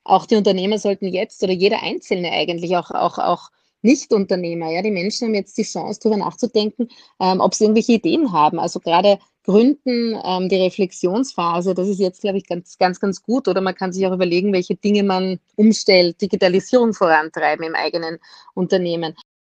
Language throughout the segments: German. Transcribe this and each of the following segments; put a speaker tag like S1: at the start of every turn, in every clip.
S1: auch die Unternehmer sollten jetzt oder jeder Einzelne eigentlich auch Nicht-Unternehmer, ja, die Menschen haben jetzt die Chance, darüber nachzudenken, ob sie irgendwelche Ideen haben. Also gerade Gründen, die Reflexionsphase, das ist jetzt, glaube ich, ganz gut. Oder man kann sich auch überlegen, welche Dinge man umstellt, Digitalisierung vorantreiben im eigenen Unternehmen.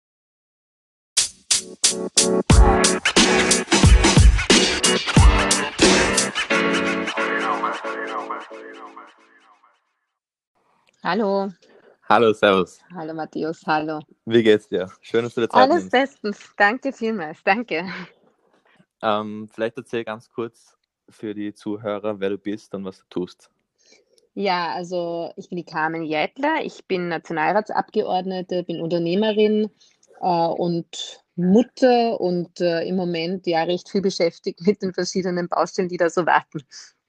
S1: Hallo,
S2: Hallo, Servus.
S1: hallo Matthäus, hallo.
S2: Wie geht's dir? Schön, dass du dir Zeit
S1: Alles
S2: nimmst.
S1: bestens, danke vielmals, danke.
S2: Vielleicht erzähl ganz kurz für die Zuhörer, wer du bist und was du tust.
S1: Ja, also ich bin die Carmen Jädler, ich bin Nationalratsabgeordnete, bin Unternehmerin und Mutter und im Moment ja recht viel beschäftigt mit den verschiedenen Baustellen, die da so warten.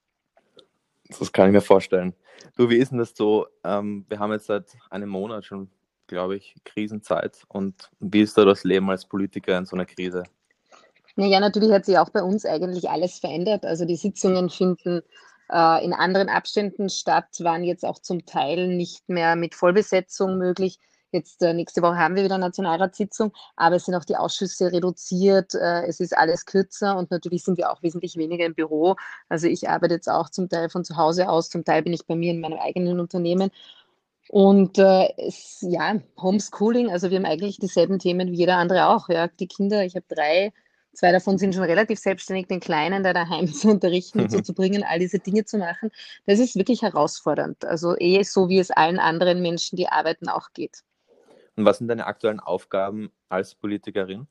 S2: Das kann ich mir vorstellen. Du, wie ist denn das so? Wir haben jetzt seit einem Monat schon, glaube ich, Krisenzeit. Und wie ist da das Leben als Politiker in so einer Krise?
S1: Ja, natürlich hat sich auch bei uns eigentlich alles verändert. Also die Sitzungen finden in anderen Abständen statt, waren jetzt auch zum Teil nicht mehr mit Vollbesetzung möglich. Jetzt nächste Woche haben wir wieder Nationalratssitzung, aber es sind auch die Ausschüsse reduziert, es ist alles kürzer und natürlich sind wir auch wesentlich weniger im Büro. Also ich arbeite jetzt auch zum Teil von zu Hause aus, zum Teil bin ich bei mir in meinem eigenen Unternehmen. Und ja, Homeschooling, also wir haben eigentlich dieselben Themen wie jeder andere auch. Ja. Die Kinder, ich habe drei, zwei davon sind schon relativ selbstständig, den Kleinen da daheim zu unterrichten, dazu zu bringen, all diese Dinge zu machen. Das ist wirklich herausfordernd. Also eh so, wie es allen anderen Menschen, die arbeiten, auch geht.
S2: Und was sind deine aktuellen Aufgaben als Politikerin?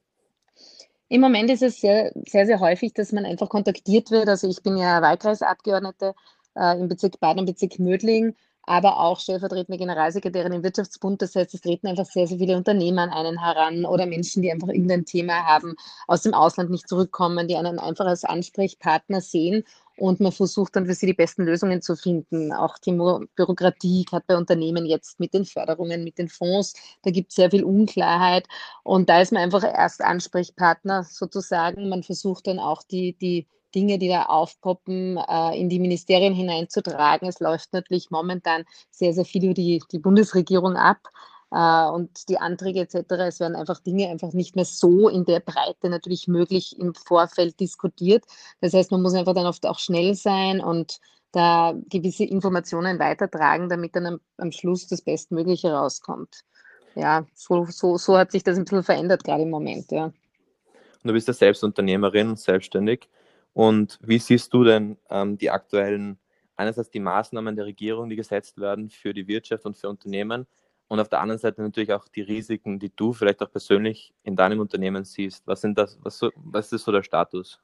S1: Im Moment ist es sehr häufig, dass man einfach kontaktiert wird. Also ich bin ja Wahlkreisabgeordnete im Bezirk Baden, im Bezirk Mödling, aber auch stellvertretende Generalsekretärin im Wirtschaftsbund. Das heißt, es treten einfach sehr viele Unternehmer an einen heran oder Menschen, die einfach irgendein Thema haben, aus dem Ausland nicht zurückkommen, die einen einfach als Ansprechpartner sehen. Und man versucht dann für sie die besten Lösungen zu finden. Auch die Bürokratie, gerade bei Unternehmen jetzt mit den Förderungen, mit den Fonds, da gibt es sehr viel Unklarheit. Und da ist man einfach erst Ansprechpartner sozusagen. Man versucht dann auch die Dinge, die da aufpoppen, in die Ministerien hineinzutragen. Es läuft natürlich momentan sehr viel über die Bundesregierung ab. Und die Anträge etc. Es werden einfach Dinge einfach nicht mehr so in der Breite natürlich möglich im Vorfeld diskutiert. Das heißt, man muss einfach dann oft auch schnell sein und da gewisse Informationen weitertragen, damit dann am Schluss das Bestmögliche rauskommt. Ja, so hat sich das ein bisschen verändert gerade im Moment, ja.
S2: Und du bist ja selbst Unternehmerin, selbstständig. Und wie siehst du denn die aktuellen, einerseits die Maßnahmen der Regierung, die gesetzt werden für die Wirtschaft und für Unternehmen und auf der anderen Seite natürlich auch die Risiken, die du vielleicht auch persönlich in deinem Unternehmen siehst? Was sind das, was ist so der Status?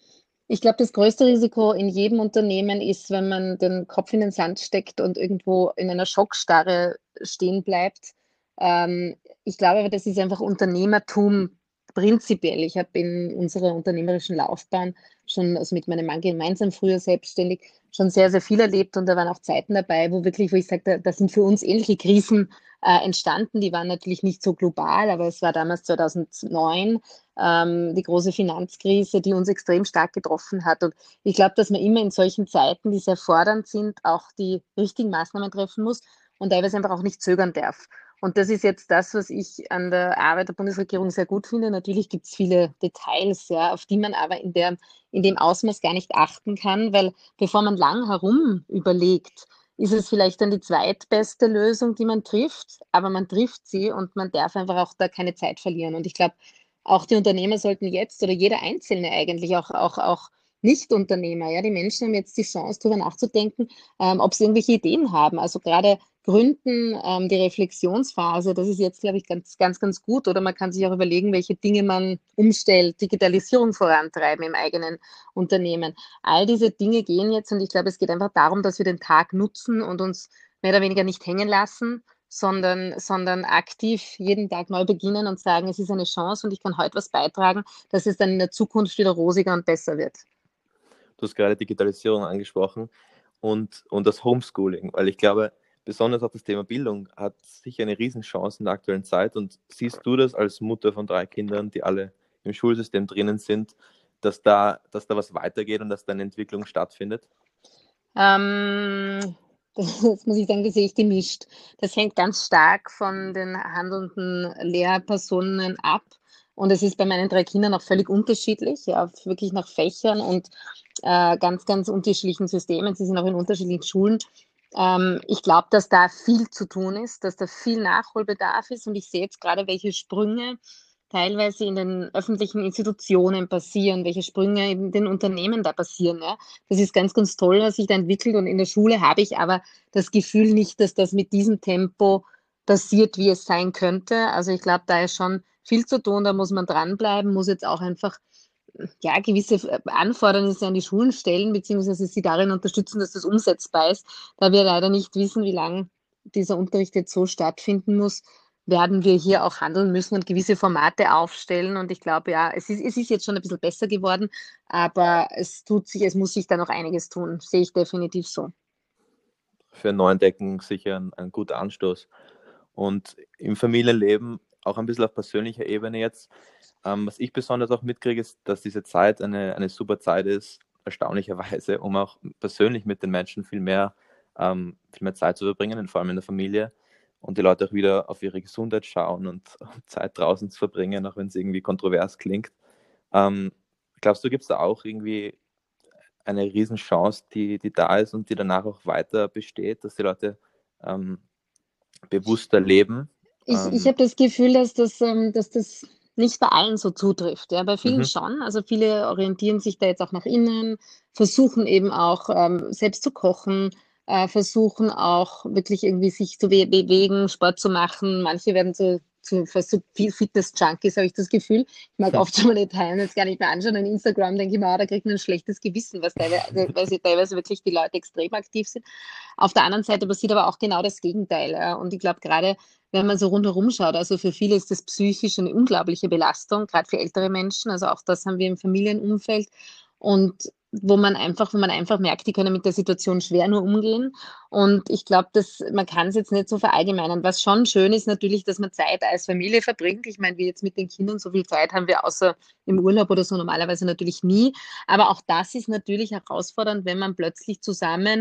S1: Ich glaube, das größte Risiko in jedem Unternehmen ist, wenn man den Kopf in den Sand steckt und irgendwo in einer Schockstarre stehen bleibt. Ähm, Ich glaube aber, das ist einfach Unternehmertum prinzipiell. Ich habe in unserer unternehmerischen Laufbahn schon, also mit meinem Mann gemeinsam früher selbstständig, schon sehr viel erlebt und da waren auch Zeiten dabei, wo ich sage, da sind für uns ähnliche Krisen entstanden. Die waren natürlich nicht so global, aber es war damals 2009 die große Finanzkrise, die uns extrem stark getroffen hat. Und ich glaube, dass man immer in solchen Zeiten, die sehr fordernd sind, auch die richtigen Maßnahmen treffen muss und teilweise einfach auch nicht zögern darf. Und das ist jetzt das, was ich an der Arbeit der Bundesregierung sehr gut finde. Natürlich gibt es viele Details, ja, auf die man aber in dem Ausmaß gar nicht achten kann, weil bevor man lang herum überlegt, ist es vielleicht dann die zweitbeste Lösung, die man trifft, aber man trifft sie und man darf einfach auch da keine Zeit verlieren. Und ich glaube, auch die Unternehmer sollten jetzt oder jeder Einzelne eigentlich auch Nicht-Unternehmer, ja, die Menschen haben jetzt die Chance, darüber nachzudenken, ob sie irgendwelche Ideen haben. Also gerade Gründen, die Reflexionsphase, das ist jetzt, glaube ich, ganz gut. Oder man kann sich auch überlegen, welche Dinge man umstellt, Digitalisierung vorantreiben im eigenen Unternehmen. All diese Dinge gehen jetzt und ich glaube, es geht einfach darum, dass wir den Tag nutzen und uns mehr oder weniger nicht hängen lassen, sondern aktiv jeden Tag neu beginnen und sagen, es ist eine Chance und ich kann heute was beitragen, dass es dann in der Zukunft wieder rosiger und besser wird.
S2: Du hast gerade Digitalisierung angesprochen und das Homeschooling, weil ich glaube, besonders auch das Thema Bildung hat sicher eine Riesenchance in der aktuellen Zeit. Und siehst du das als Mutter von drei Kindern, die alle im Schulsystem drinnen sind, dass da was weitergeht und dass da eine Entwicklung stattfindet?
S1: Ähm, Das muss ich sagen, das sehe ich gemischt. Das hängt ganz stark von den handelnden Lehrpersonen ab. Und es ist bei meinen 3 Kindern auch völlig unterschiedlich, ja, wirklich nach Fächern und ganz, ganz unterschiedlichen Systemen. Sie sind auch in unterschiedlichen Schulen. Ich glaube, dass da viel zu tun ist, dass da viel Nachholbedarf ist. Und ich sehe jetzt gerade, welche Sprünge teilweise in den öffentlichen Institutionen passieren, welche Sprünge in den Unternehmen da passieren. Ja. Das ist ganz, ganz toll, was sich da entwickelt. Und in der Schule habe ich aber das Gefühl nicht, dass das mit diesem Tempo passiert, wie es sein könnte. Also ich glaube, da ist schon viel zu tun, da muss man dranbleiben, muss jetzt auch einfach ja, gewisse Anforderungen an die Schulen stellen, beziehungsweise sie darin unterstützen, dass das umsetzbar ist. Da wir leider nicht wissen, wie lange dieser Unterricht jetzt so stattfinden muss, werden wir hier auch handeln müssen und gewisse Formate aufstellen. Und ich glaube, ja, es ist jetzt schon ein bisschen besser geworden, aber es muss sich da noch einiges tun. Sehe ich definitiv so.
S2: Für Neuentdecken sicher ein guter Anstoß. Und im Familienleben, auch ein bisschen auf persönlicher Ebene jetzt, was ich besonders auch mitkriege, ist, dass diese Zeit eine super Zeit ist, erstaunlicherweise, um auch persönlich mit den Menschen viel mehr Zeit zu verbringen, vor allem in der Familie. Und die Leute auch wieder auf ihre Gesundheit schauen und Zeit draußen zu verbringen, auch wenn es irgendwie kontrovers klingt. Ähm, Glaubst du, gibt es da auch irgendwie eine Riesenchance, die da ist und die danach auch weiter besteht, dass die Leute ähm, bewusster leben?
S1: Ich habe das Gefühl, dass das nicht bei allen so zutrifft. Ja, bei vielen
S2: Mhm.
S1: schon. Also viele orientieren sich da jetzt auch nach innen, versuchen eben auch selbst zu kochen, versuchen auch wirklich irgendwie sich zu bewegen, Sport zu machen. Manche werden zu fast so Fitness-Junkies, habe ich das Gefühl. Ich mag oft schon meine Teilen jetzt gar nicht mehr anschauen. On Instagram denke ich mir, da kriegt man ein schlechtes Gewissen, weil sie teilweise wirklich die Leute extrem aktiv sind. Auf der anderen Seite passiert aber auch genau das Gegenteil. Ja. Und ich glaube, gerade wenn man so rundherum schaut, also für viele ist das psychisch eine unglaubliche Belastung, gerade für ältere Menschen. Also auch das haben wir im Familienumfeld. Und wo man einfach merkt, die können mit der Situation schwer nur umgehen. Und ich glaube, man kann es jetzt nicht so verallgemeinern. Was schon schön ist natürlich, dass man Zeit als Familie verbringt. Ich meine, wir jetzt mit den Kindern, so viel Zeit haben wir außer im Urlaub oder so normalerweise natürlich nie. Aber auch das ist natürlich herausfordernd, wenn man plötzlich zusammen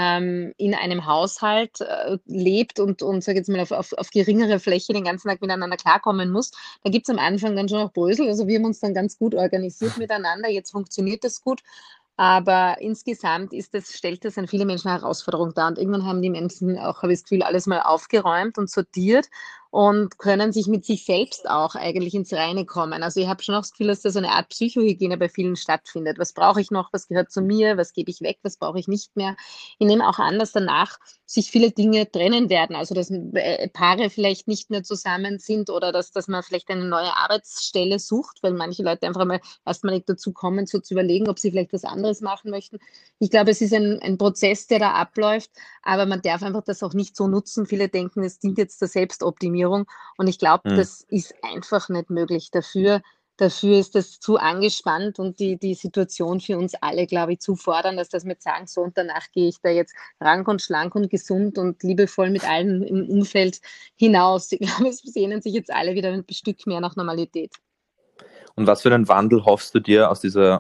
S1: in einem Haushalt lebt und sage jetzt mal auf geringere Fläche den ganzen Tag miteinander klarkommen muss. Da gibt es am Anfang dann schon auch Brösel. Also wir haben uns dann ganz gut organisiert miteinander. Jetzt funktioniert das gut. Aber insgesamt stellt das an viele Menschen eine Herausforderung dar. Und irgendwann haben die Menschen auch, habe ich das Gefühl, alles mal aufgeräumt und sortiert und können sich mit sich selbst auch eigentlich ins Reine kommen. Also ich habe schon auch das Gefühl, dass da so eine Art Psychohygiene bei vielen stattfindet. Was brauche ich noch? Was gehört zu mir? Was gebe ich weg? Was brauche ich nicht mehr? Ich nehme auch an, dass danach sich viele Dinge trennen werden. Also dass Paare vielleicht nicht mehr zusammen sind oder dass man vielleicht eine neue Arbeitsstelle sucht, weil manche Leute einfach mal erstmal nicht dazu kommen, so zu überlegen, ob sie vielleicht was anderes machen möchten. Ich glaube, es ist ein Prozess, der da abläuft, aber man darf einfach das auch nicht so nutzen. Viele denken, es dient jetzt der Selbstoptimierung und ich glaube,
S2: Mhm.
S1: das ist einfach nicht möglich. Dafür ist das zu angespannt und die Situation für uns alle, glaube ich, zu fordern, dass wir jetzt sagen, so und danach gehe ich da jetzt rank und schlank und gesund und liebevoll mit allen im Umfeld hinaus. Ich glaube, es sehnen sich jetzt alle wieder ein Stück mehr nach Normalität.
S2: Und was für einen Wandel hoffst du dir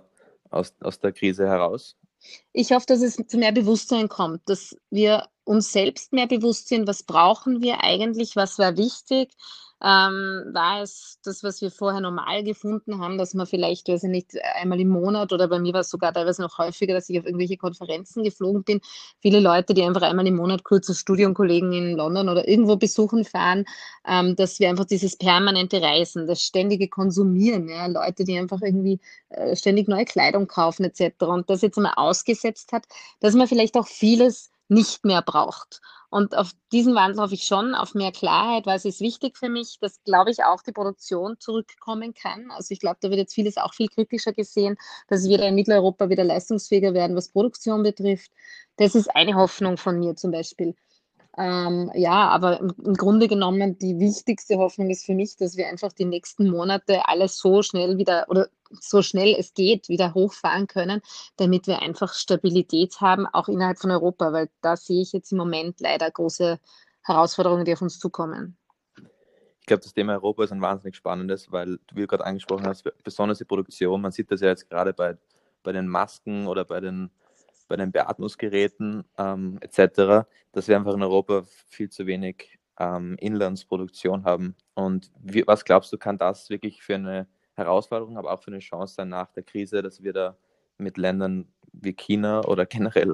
S2: aus der Krise heraus?
S1: Ich hoffe, dass es zu mehr Bewusstsein kommt, dass wir uns selbst mehr bewusst sind, was brauchen wir eigentlich, was war wichtig. War es das, was wir vorher normal gefunden haben, dass man vielleicht, weiß ich nicht, einmal im Monat oder bei mir war es sogar teilweise noch häufiger, dass ich auf irgendwelche Konferenzen geflogen bin. Viele Leute, die einfach einmal im Monat kurz als Studienkollegen in London oder irgendwo besuchen fahren, dass wir einfach dieses permanente Reisen, das ständige Konsumieren, ja, Leute, die einfach irgendwie ständig neue Kleidung kaufen etc. Und das jetzt einmal ausgesetzt hat, dass man vielleicht auch vieles nicht mehr braucht. Und auf diesen Wandel hoffe ich schon, auf mehr Klarheit, was ist wichtig für mich, dass, glaube ich, auch die Produktion zurückkommen kann. Also ich glaube, da wird jetzt vieles auch viel kritischer gesehen, dass wir da in Mitteleuropa wieder leistungsfähiger werden, was Produktion betrifft. Das ist eine Hoffnung von mir zum Beispiel. Ja, aber im Grunde genommen die wichtigste Hoffnung ist für mich, dass wir einfach die nächsten Monate alles so schnell wieder oder so schnell es geht wieder hochfahren können, damit wir einfach Stabilität haben, auch innerhalb von Europa, weil da sehe ich jetzt im Moment leider große Herausforderungen, die auf uns zukommen.
S2: Ich glaube, das Thema Europa ist ein wahnsinnig spannendes, weil du, wie du gerade angesprochen hast, besonders die Produktion, man sieht das ja jetzt gerade bei den Masken oder bei den Beatmungsgeräten etc., dass wir einfach in Europa viel zu wenig Inlandsproduktion haben. Und was glaubst du, kann das wirklich für eine Herausforderung, aber auch für eine Chance sein nach der Krise, dass wir da mit Ländern wie China oder generell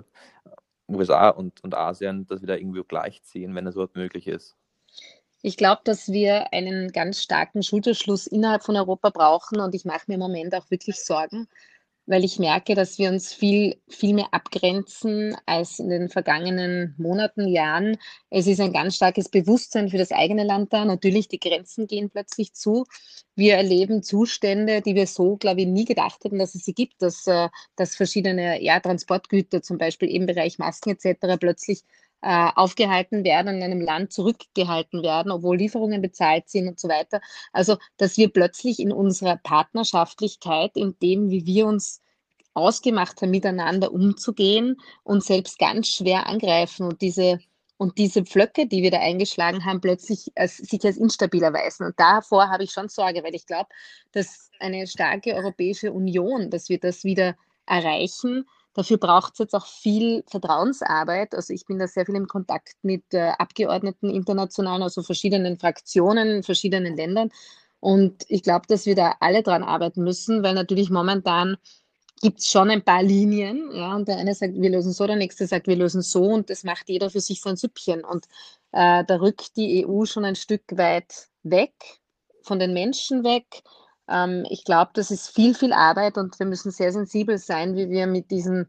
S2: USA und Asien, dass wir da irgendwie gleichziehen, wenn das überhaupt möglich ist?
S1: Ich glaube, dass wir einen ganz starken Schulterschluss innerhalb von Europa brauchen und ich mache mir im Moment auch wirklich Sorgen, weil ich merke, dass wir uns viel mehr abgrenzen als in den vergangenen Monaten, Jahren. Es ist ein ganz starkes Bewusstsein für das eigene Land da. Natürlich, die Grenzen gehen plötzlich zu. Wir erleben Zustände, die wir so, glaube ich, nie gedacht hätten, dass es sie gibt, dass verschiedene Transportgüter, zum Beispiel im Bereich Masken etc., plötzlich aufgehalten werden und in einem Land zurückgehalten werden, obwohl Lieferungen bezahlt sind und so weiter. Also, dass wir plötzlich in unserer Partnerschaftlichkeit, in dem, wie wir uns ausgemacht haben, miteinander umzugehen, uns selbst ganz schwer angreifen und diese Pflöcke, die wir da eingeschlagen haben, plötzlich sich als instabil erweisen. Und davor habe ich schon Sorge, weil ich glaube, dass eine starke Europäische Union, dass wir das wieder erreichen. Dafür braucht es jetzt auch viel Vertrauensarbeit. Also ich bin da sehr viel im Kontakt mit Abgeordneten internationalen, also verschiedenen Fraktionen in verschiedenen Ländern. Und ich glaube, dass wir da alle dran arbeiten müssen, weil natürlich momentan gibt es schon ein paar Linien, ja, und der eine sagt, wir lösen so, der nächste sagt, wir lösen so, und das macht jeder für sich sein Süppchen. Und da rückt die EU schon ein Stück weit weg, von den Menschen weg. Ich glaube, das ist viel Arbeit und wir müssen sehr sensibel sein, wie wir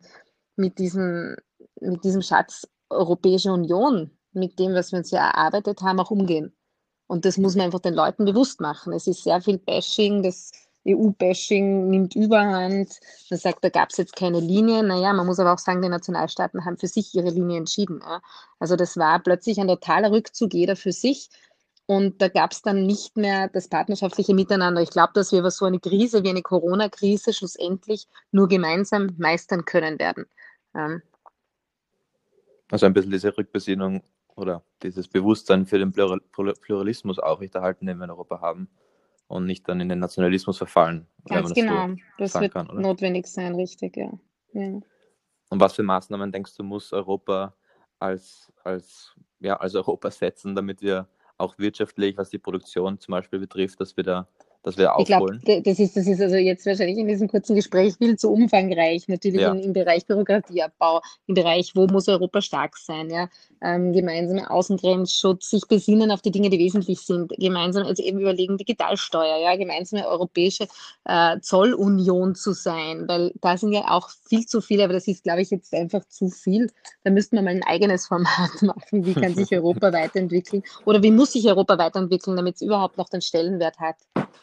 S1: mit diesem, mit diesem Schatz Europäische Union, mit dem, was wir uns ja erarbeitet haben, auch umgehen. Und das muss man einfach den Leuten bewusst machen. Es ist sehr viel Bashing, das EU-Bashing nimmt Überhand. Man sagt, da gab es jetzt keine Linie. Naja, man muss aber auch sagen, die Nationalstaaten haben für sich ihre Linie entschieden. Ja. Also das war plötzlich ein totaler Rückzug, jeder für sich. Und da gab es dann nicht mehr das partnerschaftliche Miteinander. Ich glaube, dass wir aber so eine Krise wie eine Corona-Krise schlussendlich nur gemeinsam meistern können werden.
S2: Also ein bisschen diese Rückbesinnung oder dieses Bewusstsein für den Pluralismus aufrechterhalten, den wir in Europa haben und nicht dann in den Nationalismus verfallen, wenn man
S1: Ganz
S2: das so
S1: genau. Das
S2: sagen
S1: wird
S2: kann, oder?
S1: notwendig sein, richtig, ja. Ja.
S2: Und was für Maßnahmen denkst du, muss Europa als Europa setzen, damit wir auch wirtschaftlich, was die Produktion zum Beispiel betrifft, dass wir
S1: Ich glaube,
S2: aufholen?
S1: das ist also jetzt wahrscheinlich in diesem kurzen Gespräch viel zu umfangreich. Natürlich
S2: Ja,
S1: im Bereich Bürokratieabbau, im Bereich, wo muss Europa stark sein, ja, gemeinsamer Außengrenzschutz, sich besinnen auf die Dinge, die wesentlich sind, gemeinsam, also eben überlegen, Digitalsteuer, ja, gemeinsame europäische Zollunion zu sein, weil da sind ja auch viel zu viele, aber das ist, glaube ich, jetzt einfach zu viel. Da müssten wir mal ein eigenes Format machen. Wie kann sich Europa weiterentwickeln oder wie muss sich Europa weiterentwickeln, damit es überhaupt noch den Stellenwert hat?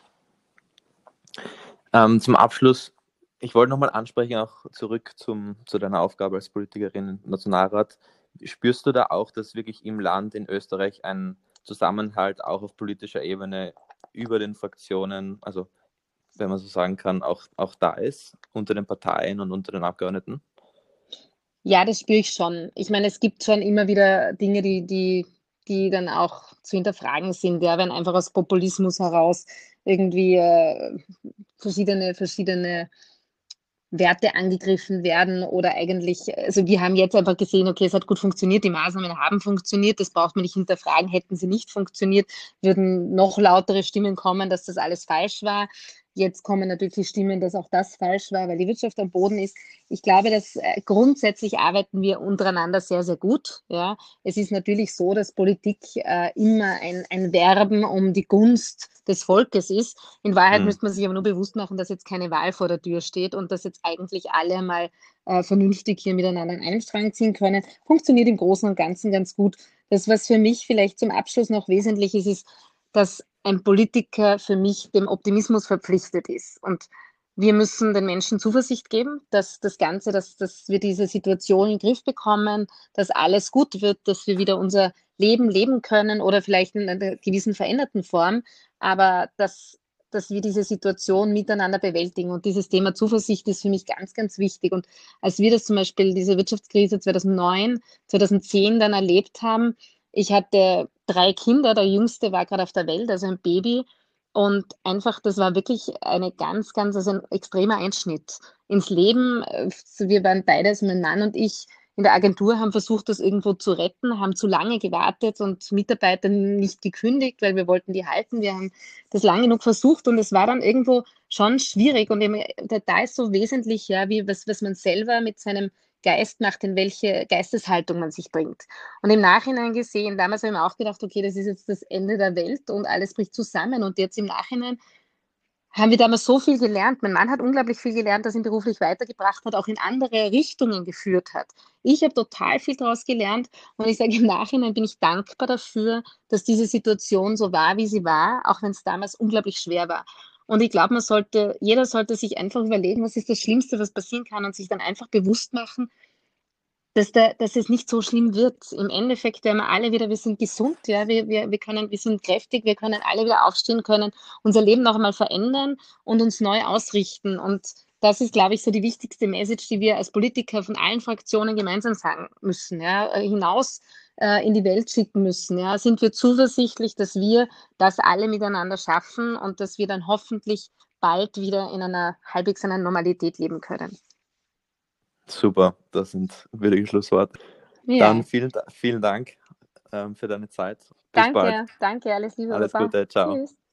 S2: Zum Abschluss, ich wollte nochmal ansprechen, auch zurück zu deiner Aufgabe als Politikerin im Nationalrat. Spürst du da auch, dass wirklich im Land, in Österreich, ein Zusammenhalt auch auf politischer Ebene über den Fraktionen, also wenn man so sagen kann, auch da ist, unter den Parteien und unter den Abgeordneten?
S1: Ja, das spüre ich schon. Ich meine, es gibt schon immer wieder Dinge, die dann auch zu hinterfragen sind, ja, wenn einfach aus Populismus heraus irgendwie verschiedene Werte angegriffen werden oder eigentlich, also wir haben jetzt einfach gesehen, okay, es hat gut funktioniert, die Maßnahmen haben funktioniert, das braucht man nicht hinterfragen, hätten sie nicht funktioniert, würden noch lautere Stimmen kommen, dass das alles falsch war. Jetzt kommen natürlich die Stimmen, dass auch das falsch war, weil die Wirtschaft am Boden ist. Ich glaube, dass grundsätzlich arbeiten wir untereinander sehr gut. Ja. Es ist natürlich so, dass Politik immer ein Werben um die Gunst des Volkes ist. In Wahrheit
S2: Hm.
S1: müsste man sich aber nur bewusst machen, dass jetzt keine Wahl vor der Tür steht und dass jetzt eigentlich alle mal vernünftig hier miteinander an einem Strang ziehen können. Funktioniert im Großen und Ganzen ganz gut. Das, was für mich vielleicht zum Abschluss noch wesentlich ist, ist, dass ein Politiker für mich dem Optimismus verpflichtet ist. Und wir müssen den Menschen Zuversicht geben, dass das Ganze, dass wir diese Situation in den Griff bekommen, dass alles gut wird, dass wir wieder unser Leben leben können oder vielleicht in einer gewissen veränderten Form, aber dass wir diese Situation miteinander bewältigen. Und dieses Thema Zuversicht ist für mich ganz wichtig. Und als wir das zum Beispiel, diese Wirtschaftskrise 2009, 2010 dann erlebt haben, ich hatte 3 Kinder, der jüngste war gerade auf der Welt, also ein Baby. Und einfach, das war wirklich eine also ein extremer Einschnitt ins Leben. Wir waren beides, mein Mann und ich, in der Agentur, haben versucht, das irgendwo zu retten, haben zu lange gewartet und Mitarbeiter nicht gekündigt, weil wir wollten die halten. Wir haben das lange genug versucht und es war dann irgendwo schon schwierig. Und eben, da ist so wesentlich, ja, wie was man selber mit seinem Geist macht, in welche Geisteshaltung man sich bringt. Und im Nachhinein gesehen, damals habe ich mir auch gedacht, okay, das ist jetzt das Ende der Welt und alles bricht zusammen. Und jetzt im Nachhinein haben wir damals so viel gelernt. Mein Mann hat unglaublich viel gelernt, das ihn beruflich weitergebracht hat, auch in andere Richtungen geführt hat. Ich habe total viel daraus gelernt und ich sage, im Nachhinein bin ich dankbar dafür, dass diese Situation so war, wie sie war, auch wenn es damals unglaublich schwer war. Und ich glaube, jeder sollte sich einfach überlegen, was ist das Schlimmste, was passieren kann und sich dann einfach bewusst machen, dass es nicht so schlimm wird. Im Endeffekt werden wir alle wieder, wir sind gesund, ja, wir sind kräftig, wir können alle wieder aufstehen, können unser Leben noch einmal verändern und uns neu ausrichten. Und das ist, glaube ich, so die wichtigste Message, die wir als Politiker von allen Fraktionen gemeinsam sagen müssen, ja, hinaus in die Welt schicken müssen. Ja. Sind wir zuversichtlich, dass wir das alle miteinander schaffen und dass wir dann hoffentlich bald wieder in einer halbwegs einer Normalität leben können.
S2: Super, das sind würdige Schlussworte. Dann
S1: Ja.
S2: vielen Dank für deine Zeit. Bis bald.
S1: Danke, danke, alles Liebe,
S2: Alles
S1: Baba.
S2: Gute, ciao.
S1: Tschüss.